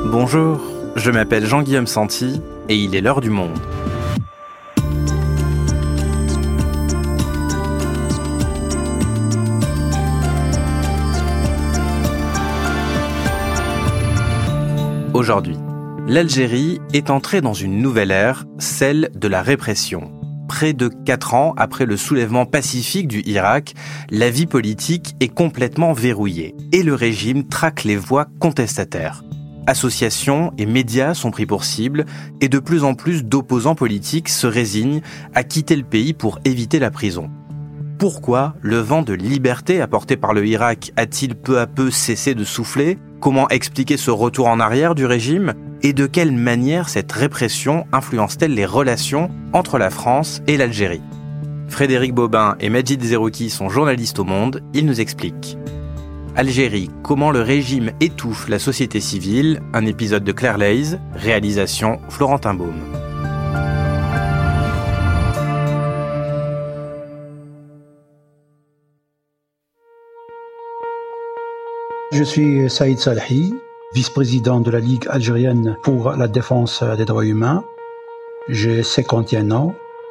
Bonjour, je m'appelle Jean-Guillaume Santi et il est l'heure du monde. Aujourd'hui, l'Algérie est entrée dans une nouvelle ère, celle de la répression. Près de 4 ans après le soulèvement pacifique du Irak, la vie politique est complètement verrouillée et le régime traque les voix contestataires. Associations et médias sont pris pour cible et de plus en plus d'opposants politiques se résignent à quitter le pays pour éviter la prison. Pourquoi le vent de liberté apporté par le Irak a-t-il peu à peu cessé de souffler ? Comment expliquer ce retour en arrière du régime ? Et de quelle manière cette répression influence-t-elle les relations entre la France et l'Algérie ? Frédéric Bobin et Majid Zerouki sont journalistes au Monde, ils nous expliquent. Algérie, comment le régime étouffe la société civile, un épisode de Claire Leys, réalisation Florentin Baume. Je suis Saïd Salhi, vice-président de la Ligue algérienne pour la défense des droits humains. J'ai 51 ans.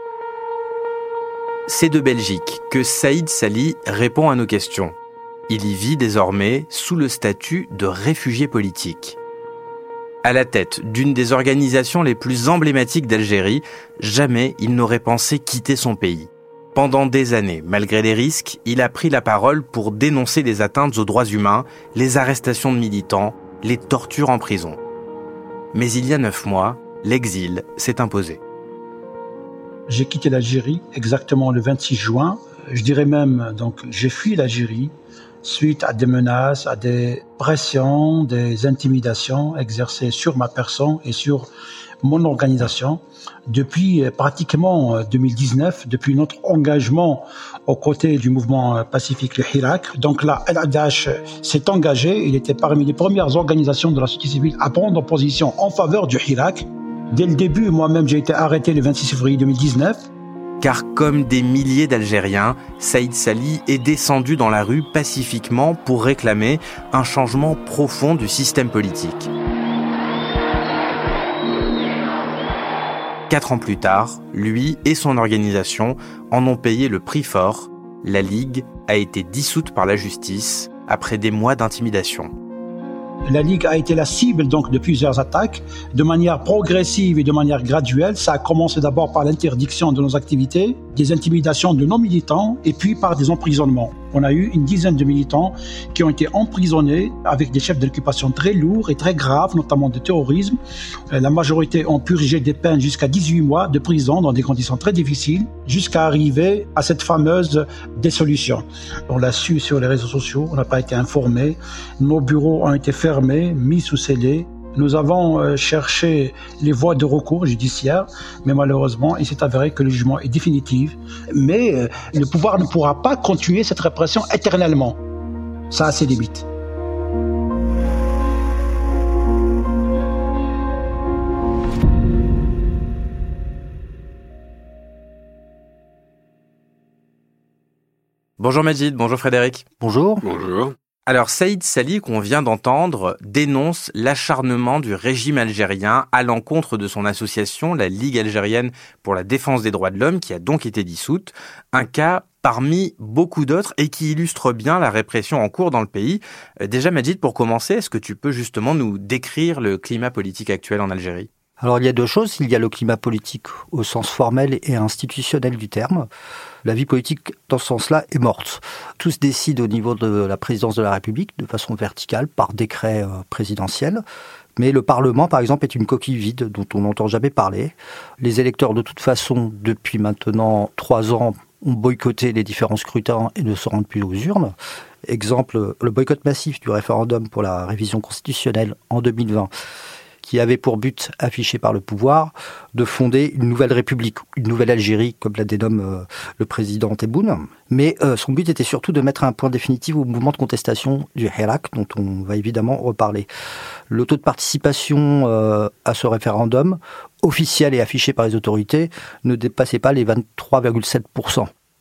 C'est de Belgique que Saïd Salhi répond à nos questions. Il y vit désormais sous le statut de réfugié politique. À la tête d'une des organisations les plus emblématiques d'Algérie, jamais il n'aurait pensé quitter son pays. Pendant des années, malgré les risques, il a pris la parole pour dénoncer les atteintes aux droits humains, les arrestations de militants, les tortures en prison. Mais il y a 9 mois, l'exil s'est imposé. J'ai quitté l'Algérie exactement le 26 juin. Je dirais même, j'ai fui l'Algérie suite à des menaces, à des pressions, des intimidations exercées sur ma personne et sur mon organisation depuis pratiquement 2019, depuis notre engagement aux côtés du mouvement pacifique le Hirak. Donc là, LHDH s'est engagé, il était parmi les premières organisations de la société civile à prendre position en faveur du Hirak. Dès le début, moi-même, j'ai été arrêté le 26 février 2019. Car comme des milliers d'Algériens, Saïd Salhi est descendu dans la rue pacifiquement pour réclamer un changement profond du système politique. 4 ans plus tard, lui et son organisation en ont payé le prix fort. La Ligue a été dissoute par la justice après des mois d'intimidation. La Ligue a été la cible de plusieurs attaques, de manière progressive et de manière graduelle. Ça a commencé d'abord par l'interdiction de nos activités, des intimidations de nos militants et puis par des emprisonnements. On a eu une dizaine de militants qui ont été emprisonnés avec des chefs d'occupation très lourds et très graves, notamment de terrorisme. La majorité ont purgé des peines jusqu'à 18 mois de prison dans des conditions très difficiles, jusqu'à arriver à cette fameuse dissolution. On l'a su sur les réseaux sociaux, on n'a pas été informés. Nos bureaux ont été fermés, mis sous scellés. Nous avons cherché les voies de recours judiciaires, mais malheureusement, il s'est avéré que le jugement est définitif. Mais le pouvoir ne pourra pas continuer cette répression éternellement. Ça a ses limites. Bonjour Majid, bonjour Frédéric. Bonjour. Bonjour. Alors Saïd Salhi, qu'on vient d'entendre, dénonce l'acharnement du régime algérien à l'encontre de son association, la Ligue algérienne pour la défense des droits de l'homme, qui a donc été dissoute. Un cas parmi beaucoup d'autres et qui illustre bien la répression en cours dans le pays. Déjà Majid, pour commencer, est-ce que tu peux justement nous décrire le climat politique actuel en Algérie ? Alors il y a 2 choses, il y a le climat politique au sens formel et institutionnel du terme. La vie politique dans ce sens-là est morte. Tout se décide au niveau de la présidence de la République de façon verticale par décret présidentiel. Mais le Parlement, par exemple, est une coquille vide dont on n'entend jamais parler. Les électeurs, de toute façon, depuis maintenant 3 ans, ont boycotté les différents scrutins et ne se rendent plus aux urnes. Exemple, le boycott massif du référendum pour la révision constitutionnelle en 2020. Qui avait pour but, affiché par le pouvoir, de fonder une nouvelle république, une nouvelle Algérie, comme la dénomme le président Tebboune. Mais son but était surtout de mettre un point définitif au mouvement de contestation du Hirak, dont on va évidemment reparler. Le taux de participation à ce référendum, officiel et affiché par les autorités, ne dépassait pas les 23,7%.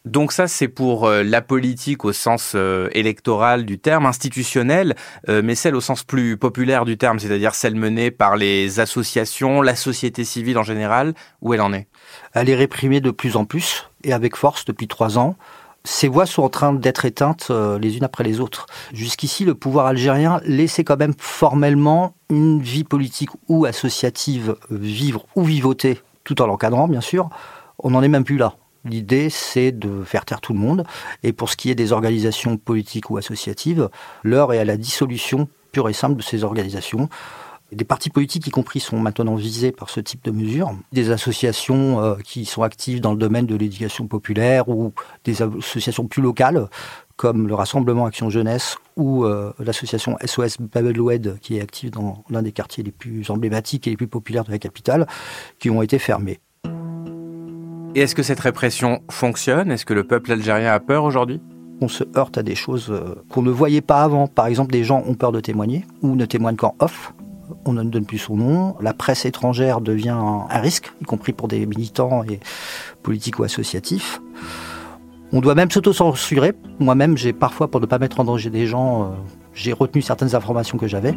Donc ça, c'est pour la politique au sens électoral du terme, institutionnel, mais celle au sens plus populaire du terme, c'est-à-dire celle menée par les associations, la société civile en général, où elle en est? Elle est réprimée de plus en plus, et avec force depuis 3 ans. Ces voix sont en train d'être éteintes les unes après les autres. Jusqu'ici, le pouvoir algérien laissait quand même formellement une vie politique ou associative vivre ou vivoter, tout en l'encadrant, bien sûr. On n'en est même plus là. L'idée, c'est de faire taire tout le monde. Et pour ce qui est des organisations politiques ou associatives, l'heure est à la dissolution pure et simple de ces organisations. Des partis politiques, y compris, sont maintenant visés par ce type de mesures. Des associations qui sont actives dans le domaine de l'éducation populaire ou des associations plus locales, comme le Rassemblement Action Jeunesse ou l'association SOS Bab el Oued, qui est active dans l'un des quartiers les plus emblématiques et les plus populaires de la capitale, qui ont été fermés. Et est-ce que cette répression fonctionne? Est-ce que le peuple algérien a peur aujourd'hui? On se heurte à des choses qu'on ne voyait pas avant. Par exemple, des gens ont peur de témoigner ou ne témoignent qu'en off. On ne donne plus son nom. La presse étrangère devient un risque, y compris pour des militants et politiques ou associatifs. On doit même s'auto-censurer. Moi-même, j'ai parfois, pour ne pas mettre en danger des gens, j'ai retenu certaines informations que j'avais.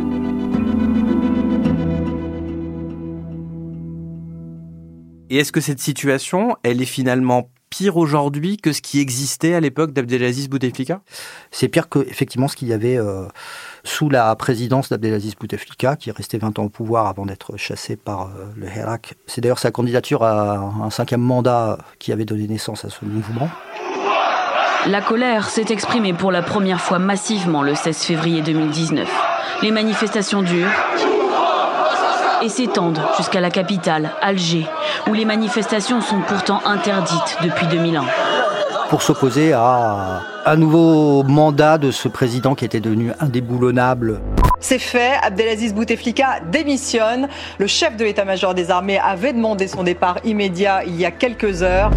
Et est-ce que cette situation, elle est finalement pire aujourd'hui que ce qui existait à l'époque d'Abdelaziz Bouteflika? C'est pire que, effectivement, ce qu'il y avait sous la présidence d'Abdelaziz Bouteflika, qui est resté 20 ans au pouvoir avant d'être chassé par le Hirak. C'est d'ailleurs sa candidature à un 5e mandat qui avait donné naissance à ce mouvement. La colère s'est exprimée pour la première fois massivement le 16 février 2019. Les manifestations durent et s'étendent jusqu'à la capitale, Alger, où les manifestations sont pourtant interdites depuis 2001. Pour s'opposer à un nouveau mandat de ce président qui était devenu indéboulonnable. C'est fait, Abdelaziz Bouteflika démissionne. Le chef de l'état-major des armées avait demandé son départ immédiat il y a quelques heures.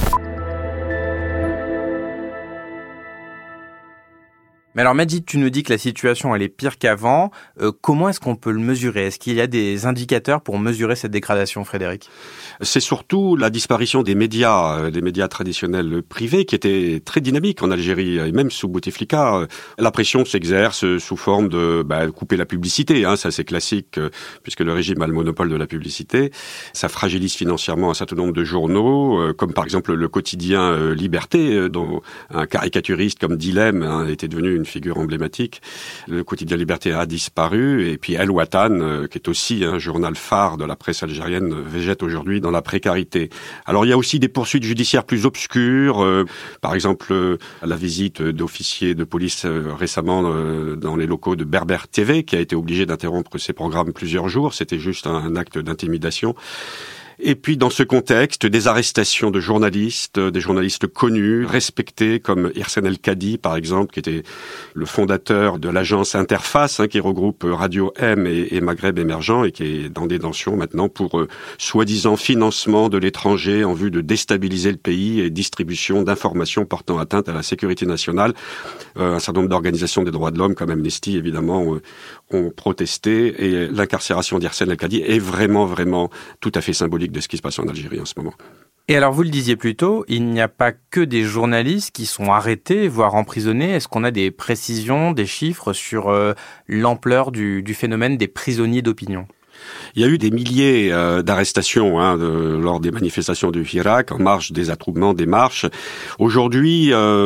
Mais alors Majid, tu nous dis que la situation elle est pire qu'avant. Comment est-ce qu'on peut le mesurer? Est-ce qu'il y a des indicateurs pour mesurer cette dégradation, Frédéric? C'est surtout la disparition des médias traditionnels privés qui étaient très dynamiques en Algérie, et même sous Bouteflika. La pression s'exerce sous forme de couper la publicité, ça c'est classique, puisque le régime a le monopole de la publicité. Ça fragilise financièrement un certain nombre de journaux, comme par exemple le quotidien Liberté, dont un caricaturiste comme Dilem était devenu une figure emblématique. Le quotidien Liberté a disparu, et puis El Watan, qui est aussi un journal phare de la presse algérienne, végète aujourd'hui dans la précarité. Alors il y a aussi des poursuites judiciaires plus obscures, par exemple la visite d'officiers de police récemment dans les locaux de Berber TV, qui a été obligé d'interrompre ses programmes plusieurs jours. C'était juste un acte d'intimidation. Et puis, dans ce contexte, des arrestations de journalistes, des journalistes connus, respectés, comme Hirsen El Kadi, par exemple, qui était le fondateur de l'agence Interface, qui regroupe Radio M et Maghreb émergent, et qui est dans des détention maintenant pour soi-disant financement de l'étranger en vue de déstabiliser le pays et distribution d'informations portant atteinte à la sécurité nationale. Un certain nombre d'organisations des droits de l'homme, comme Amnesty, évidemment, ont protesté, et l'incarcération d'Hirsen El Kadi est vraiment tout à fait symbolique de ce qui se passe en Algérie en ce moment. Et alors, vous le disiez plus tôt, il n'y a pas que des journalistes qui sont arrêtés, voire emprisonnés. Est-ce qu'on a des précisions, des chiffres sur l'ampleur du phénomène des prisonniers d'opinion ? Il y a eu des milliers d'arrestations lors des manifestations du Hirak, en marge des attroupements, des marches. Aujourd'hui,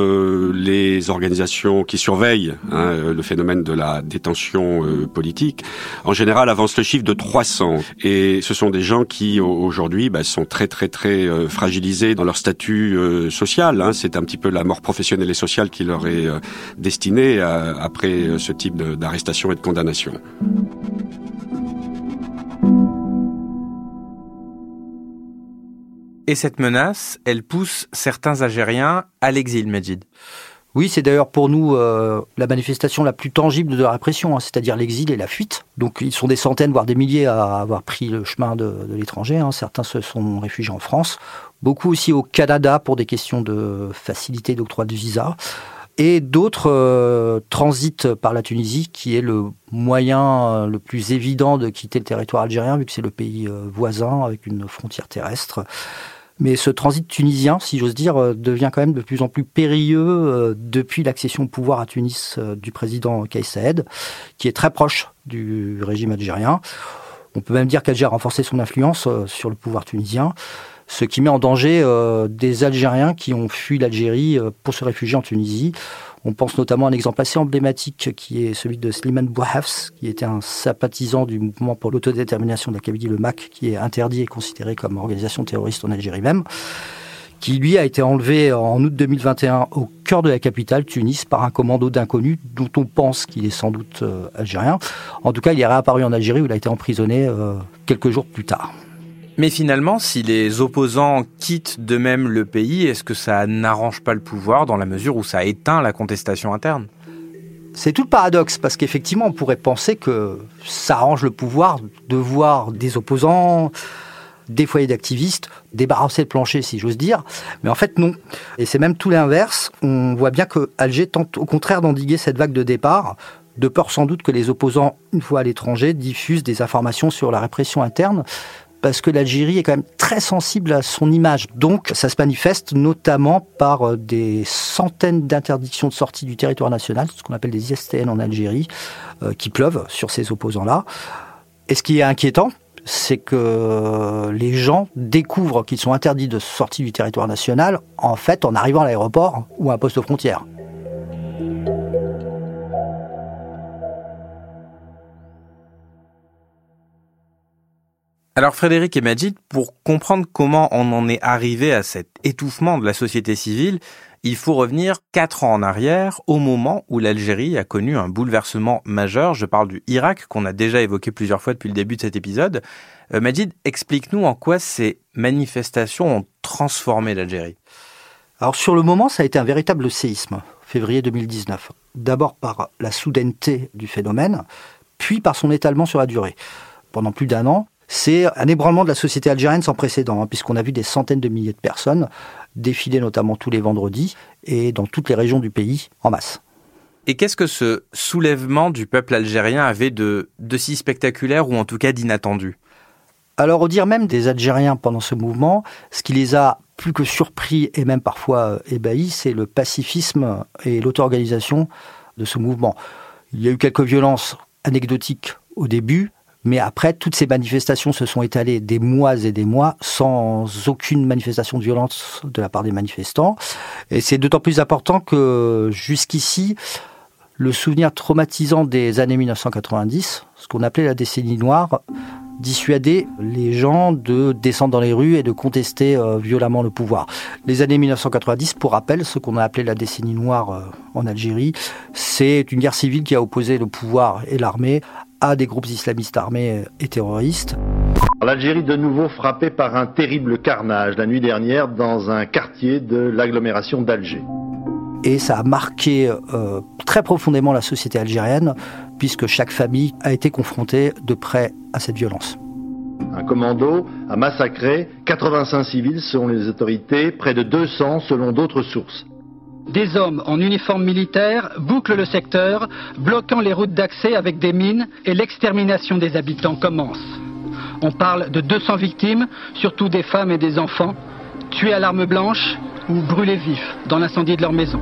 les organisations qui surveillent le phénomène de la détention politique, en général, avancent le chiffre de 300. Et ce sont des gens qui, aujourd'hui, sont très fragilisés dans leur statut social. C'est un petit peu la mort professionnelle et sociale qui leur est destinée après ce type d'arrestation et de condamnation. Et cette menace, elle pousse certains Algériens à l'exil, Majid. Oui, c'est d'ailleurs pour nous la manifestation la plus tangible de la répression, c'est-à-dire l'exil et la fuite. Donc ils sont des centaines, voire des milliers à avoir pris le chemin de l'étranger. Certains se sont réfugiés en France, beaucoup aussi au Canada pour des questions de facilité d'octroi de visa. Et d'autres transitent par la Tunisie, qui est le moyen le plus évident de quitter le territoire algérien, vu que c'est le pays voisin avec une frontière terrestre. Mais ce transit tunisien, si j'ose dire, devient quand même de plus en plus périlleux depuis l'accession au pouvoir à Tunis du président Kais Saïed, qui est très proche du régime algérien. On peut même dire qu'Alger a renforcé son influence sur le pouvoir tunisien, ce qui met en danger des Algériens qui ont fui l'Algérie pour se réfugier en Tunisie. On pense notamment à un exemple assez emblématique qui est celui de Slimane Bouhafs, qui était un sympathisant du mouvement pour l'autodétermination de la Kabylie, le MAC, qui est interdit et considéré comme organisation terroriste en Algérie même, qui lui a été enlevé en août 2021 au cœur de la capitale, Tunis, par un commando d'inconnus dont on pense qu'il est sans doute algérien. En tout cas, il est réapparu en Algérie où il a été emprisonné quelques jours plus tard. Mais finalement, si les opposants quittent d'eux-mêmes le pays, est-ce que ça n'arrange pas le pouvoir dans la mesure où ça éteint la contestation interne ? C'est tout le paradoxe, parce qu'effectivement, on pourrait penser que ça arrange le pouvoir de voir des opposants, des foyers d'activistes, débarrasser le plancher, si j'ose dire. Mais en fait, non. Et c'est même tout l'inverse. On voit bien que Alger tente au contraire d'endiguer cette vague de départ, de peur sans doute que les opposants, une fois à l'étranger, diffusent des informations sur la répression interne, parce que l'Algérie est quand même très sensible à son image. Donc, ça se manifeste notamment par des centaines d'interdictions de sortie du territoire national, ce qu'on appelle des ISTN en Algérie, qui pleuvent sur ces opposants-là. Et ce qui est inquiétant, c'est que les gens découvrent qu'ils sont interdits de sortie du territoire national, en fait, en arrivant à l'aéroport ou à un poste frontière. Alors Frédéric et Majid, pour comprendre comment on en est arrivé à cet étouffement de la société civile, il faut revenir 4 ans en arrière, au moment où l'Algérie a connu un bouleversement majeur. Je parle du Irak, qu'on a déjà évoqué plusieurs fois depuis le début de cet épisode. Majid, explique-nous en quoi ces manifestations ont transformé l'Algérie. Alors sur le moment, ça a été un véritable séisme, février 2019. D'abord par la soudaineté du phénomène, puis par son étalement sur la durée. Pendant plus d'1 an, c'est un ébranlement de la société algérienne sans précédent, puisqu'on a vu des centaines de milliers de personnes défiler notamment tous les vendredis et dans toutes les régions du pays en masse. Et qu'est-ce que ce soulèvement du peuple algérien avait de si spectaculaire ou en tout cas d'inattendu ? Alors au dire même des Algériens pendant ce mouvement, ce qui les a plus que surpris et même parfois ébahis, c'est le pacifisme et l'auto-organisation de ce mouvement. Il y a eu quelques violences anecdotiques au début, mais après, toutes ces manifestations se sont étalées des mois et des mois sans aucune manifestation de violence de la part des manifestants. Et c'est d'autant plus important que jusqu'ici, le souvenir traumatisant des années 1990, ce qu'on appelait la décennie noire, dissuadait les gens de descendre dans les rues et de contester violemment le pouvoir. Les années 1990, pour rappel, ce qu'on a appelé la décennie noire en Algérie, c'est une guerre civile qui a opposé le pouvoir et l'armée à des groupes islamistes armés et terroristes. L'Algérie de nouveau frappée par un terrible carnage la nuit dernière dans un quartier de l'agglomération d'Alger. Et ça a marqué très profondément la société algérienne, puisque chaque famille a été confrontée de près à cette violence. Un commando a massacré 85 civils selon les autorités, près de 200 selon d'autres sources. Des hommes en uniforme militaire bouclent le secteur, bloquant les routes d'accès avec des mines et l'extermination des habitants commence. On parle de 200 victimes, surtout des femmes et des enfants, tués à l'arme blanche ou brûlés vifs dans l'incendie de leur maison.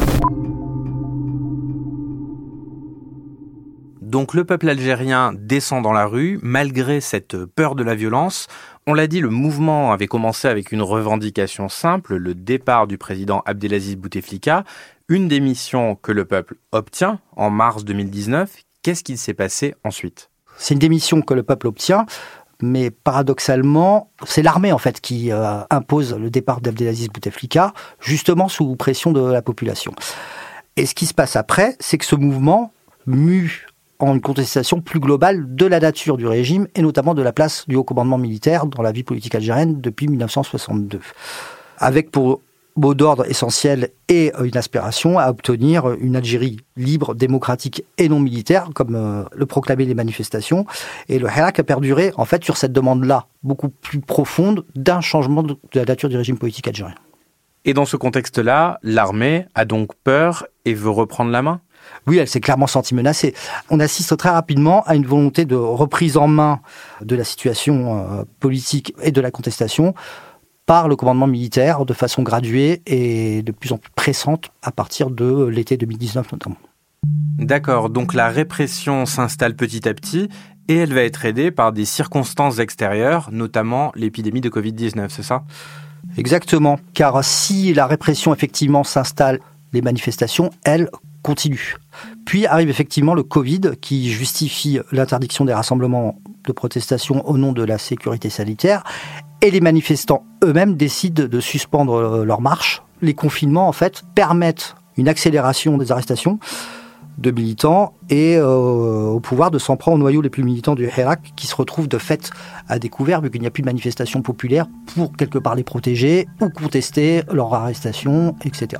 Donc le peuple algérien descend dans la rue, malgré cette peur de la violence. On l'a dit, le mouvement avait commencé avec une revendication simple, le départ du président Abdelaziz Bouteflika, une démission que le peuple obtient en mars 2019. Qu'est-ce qui s'est passé ensuite ? C'est une démission que le peuple obtient, mais paradoxalement, c'est l'armée en fait qui impose le départ d'Abdelaziz Bouteflika, justement sous pression de la population. Et ce qui se passe après, c'est que ce mouvement mue en une contestation plus globale de la nature du régime et notamment de la place du haut commandement militaire dans la vie politique algérienne depuis 1962. Avec pour mot d'ordre essentiel et une aspiration à obtenir une Algérie libre, démocratique et non militaire, comme le proclamaient les manifestations. Et le Hirak a perduré en fait sur cette demande-là, beaucoup plus profonde d'un changement de la nature du régime politique algérien. Et dans ce contexte-là, l'armée a donc peur et veut reprendre la main ? Oui, elle s'est clairement sentie menacée. On assiste très rapidement à une volonté de reprise en main de la situation politique et de la contestation par le commandement militaire de façon graduée et de plus en plus pressante à partir de l'été 2019 notamment. D'accord, donc la répression s'installe petit à petit et elle va être aidée par des circonstances extérieures, notamment l'épidémie de Covid-19, c'est ça ? Exactement, car si la répression effectivement s'installe, les manifestations, elles, continuent. Puis arrive effectivement le Covid qui justifie l'interdiction des rassemblements de protestation au nom de la sécurité sanitaire et les manifestants eux-mêmes décident de suspendre leur marche. Les confinements, en fait, permettent une accélération des arrestations de militants et au pouvoir de s'en prendre aux noyaux les plus militants du Hirak qui se retrouvent de fait à découvert vu qu'il n'y a plus de manifestations populaires pour quelque part les protéger ou contester leur arrestation, etc.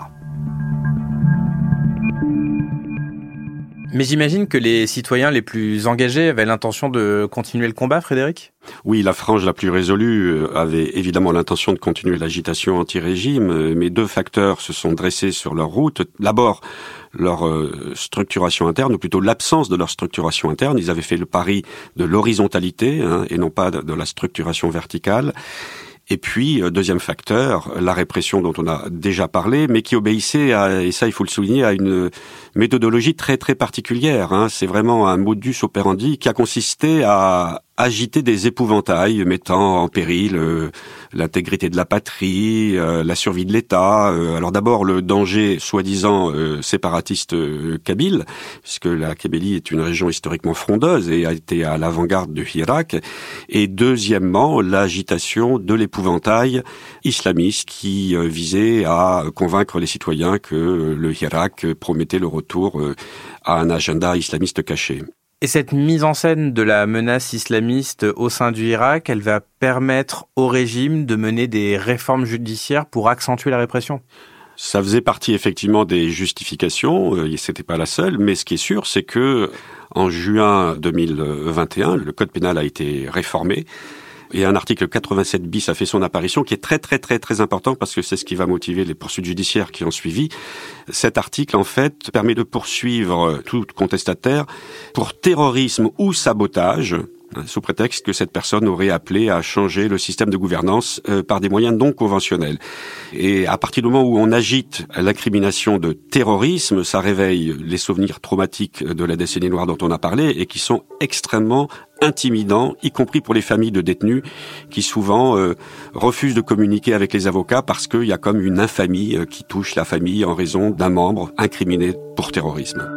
Mais j'imagine que les citoyens les plus engagés avaient l'intention de continuer le combat, Frédéric ? Oui, la frange la plus résolue avait évidemment l'intention de continuer l'agitation anti-régime, mais deux facteurs se sont dressés sur leur route. D'abord, leur structuration interne, ou plutôt l'absence de leur structuration interne. Ils avaient fait le pari de l'horizontalité et non pas de la structuration verticale. Et puis, deuxième facteur, la répression dont on a déjà parlé, mais qui obéissait à, et ça il faut le souligner, à une méthodologie très très particulière. C'est vraiment un modus operandi qui a consisté à agiter des épouvantails mettant en péril l'intégrité de la patrie, la survie de l'État. Alors d'abord le danger soi-disant séparatiste kabyle, puisque la Kabylie est une région historiquement frondeuse et a été à l'avant-garde du Hirak. Et deuxièmement, l'agitation de l'épouvantail islamiste qui visait à convaincre les citoyens que le Hirak promettait le retour à un agenda islamiste caché. Et cette mise en scène de la menace islamiste au sein du Hirak, elle va permettre au régime de mener des réformes judiciaires pour accentuer la répression ? Ça faisait partie effectivement des justifications, c'était pas la seule, mais ce qui est sûr, c'est que en juin 2021, le code pénal a été réformé. Et un article 87 bis a fait son apparition qui est très très très très important parce que c'est ce qui va motiver les poursuites judiciaires qui ont suivi. Cet article en fait permet de poursuivre tout contestataire pour terrorisme ou sabotage sous prétexte que cette personne aurait appelé à changer le système de gouvernance par des moyens non conventionnels. Et à partir du moment où on agite l'incrimination de terrorisme, ça réveille les souvenirs traumatiques de la décennie noire dont on a parlé et qui sont extrêmement intimidants, y compris pour les familles de détenus qui souvent refusent de communiquer avec les avocats parce qu'il y a comme une infamie qui touche la famille en raison d'un membre incriminé pour terrorisme.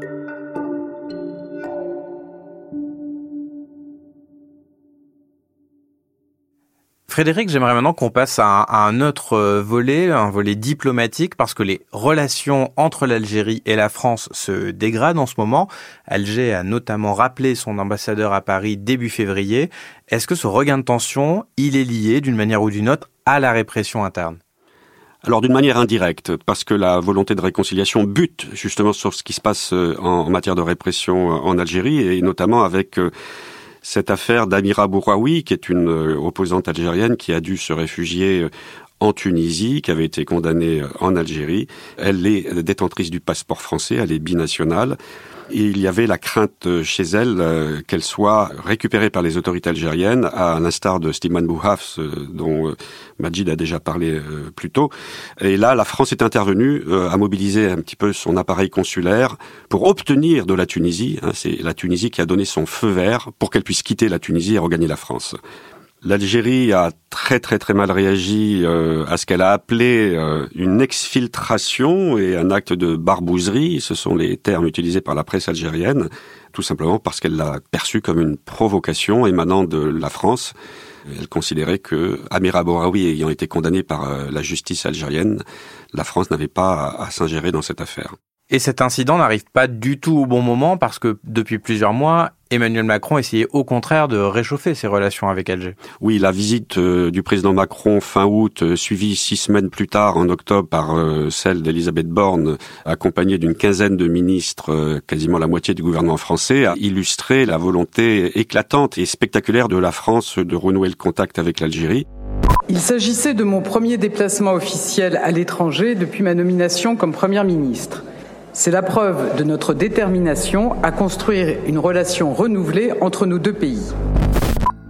Frédéric, j'aimerais maintenant qu'on passe à un autre volet, un volet diplomatique, parce que les relations entre l'Algérie et la France se dégradent en ce moment. Alger a notamment rappelé son ambassadeur à Paris début février. Est-ce que ce regain de tension, il est lié d'une manière ou d'une autre à la répression interne ? Alors d'une manière indirecte, parce que la volonté de réconciliation bute justement sur ce qui se passe en matière de répression en Algérie, et notamment avec cette affaire d'Amira Bouraoui, qui est une opposante algérienne qui a dû se réfugier en Tunisie, qui avait été condamnée en Algérie. Elle est détentrice du passeport français, elle est binationale. Et il y avait la crainte chez elle qu'elle soit récupérée par les autorités algériennes, à l'instar de Slimane Bouhafs, dont Majid a déjà parlé plus tôt. Et là, la France est intervenue, a mobilisé un petit peu son appareil consulaire pour obtenir de la Tunisie, c'est la Tunisie qui a donné son feu vert pour qu'elle puisse quitter la Tunisie et regagner la France. L'Algérie a très très très mal réagi à ce qu'elle a appelé une exfiltration et un acte de barbouzerie. Ce sont les termes utilisés par la presse algérienne, tout simplement parce qu'elle l'a perçu comme une provocation émanant de la France. Elle considérait que Amira Bouraoui ayant été condamnée par la justice algérienne, la France n'avait pas à s'ingérer dans cette affaire. Et cet incident n'arrive pas du tout au bon moment parce que depuis plusieurs mois, Emmanuel Macron essayait au contraire de réchauffer ses relations avec Alger. Oui, la visite du président Macron fin août, suivie 6 semaines plus tard, en octobre, par celle d'Elisabeth Borne, accompagnée d'une quinzaine de ministres, quasiment la moitié du gouvernement français, a illustré la volonté éclatante et spectaculaire de la France de renouer le contact avec l'Algérie. Il s'agissait de mon premier déplacement officiel à l'étranger depuis ma nomination comme Première ministre. C'est la preuve de notre détermination à construire une relation renouvelée entre nos deux pays.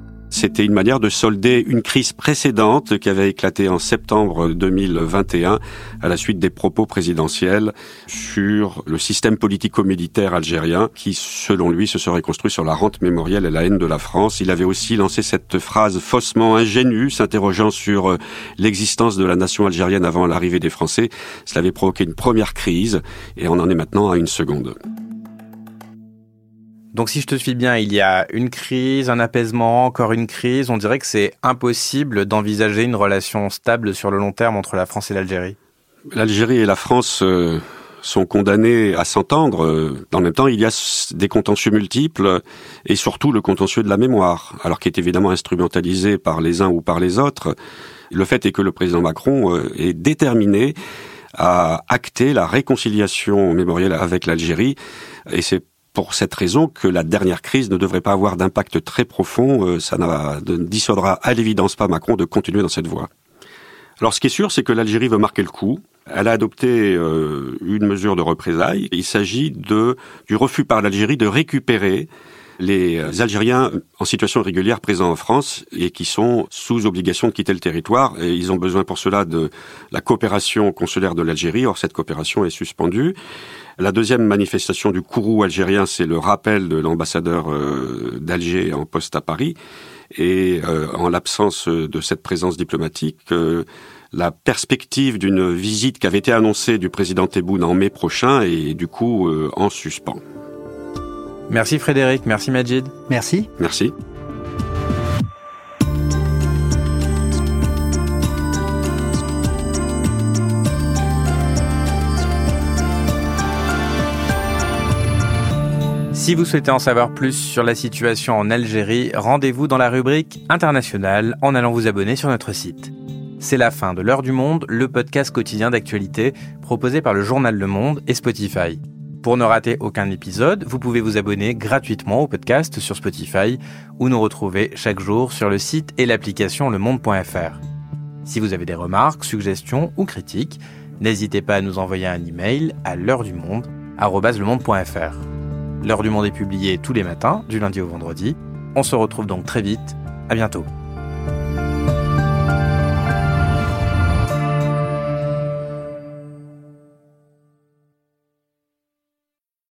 c'était une manière de solder une crise précédente qui avait éclaté en septembre 2021 à la suite des propos présidentiels sur le système politico-militaire algérien qui, selon lui, se serait construit sur la rente mémorielle et la haine de la France. Il avait aussi lancé cette phrase faussement ingénue, s'interrogeant sur l'existence de la nation algérienne avant l'arrivée des Français. Cela avait provoqué une première crise et on en est maintenant à une seconde. Donc si je te suis bien, il y a une crise, un apaisement, encore une crise. On dirait que c'est impossible d'envisager une relation stable sur le long terme entre la France et l'Algérie. L'Algérie et la France sont condamnés à s'entendre. Dans le même temps, il y a des contentieux multiples et surtout le contentieux de la mémoire, alors qui est évidemment instrumentalisé par les uns ou par les autres. Le fait est que le président Macron est déterminé à acter la réconciliation mémorielle avec l'Algérie et c'est pour cette raison que la dernière crise ne devrait pas avoir d'impact très profond. Ça ne dissuadera à l'évidence pas Macron de continuer dans cette voie. Alors ce qui est sûr, c'est que l'Algérie veut marquer le coup. Elle a adopté une mesure de représailles. Il s'agit du refus par l'Algérie de récupérer les Algériens en situation irrégulière présents en France et qui sont sous obligation de quitter le territoire. Et ils ont besoin pour cela de la coopération consulaire de l'Algérie. Or, cette coopération est suspendue. La deuxième manifestation du courroux algérien, c'est le rappel de l'ambassadeur d'Alger en poste à Paris. Et en l'absence de cette présence diplomatique, la perspective d'une visite qui avait été annoncée du président Tebboune en mai prochain est du coup en suspens. Merci Frédéric, merci Majid. Merci. Merci. Si vous souhaitez en savoir plus sur la situation en Algérie, rendez-vous dans la rubrique internationale en allant vous abonner sur notre site. C'est la fin de l'Heure du Monde, le podcast quotidien d'actualité proposé par le journal Le Monde et Spotify. Pour ne rater aucun épisode, vous pouvez vous abonner gratuitement au podcast sur Spotify ou nous retrouver chaque jour sur le site et l'application lemonde.fr. Si vous avez des remarques, suggestions ou critiques, n'hésitez pas à nous envoyer un email à l'heuredumonde@lemonde.fr. L'Heure du Monde est publiée tous les matins, du lundi au vendredi. On se retrouve donc très vite. À bientôt.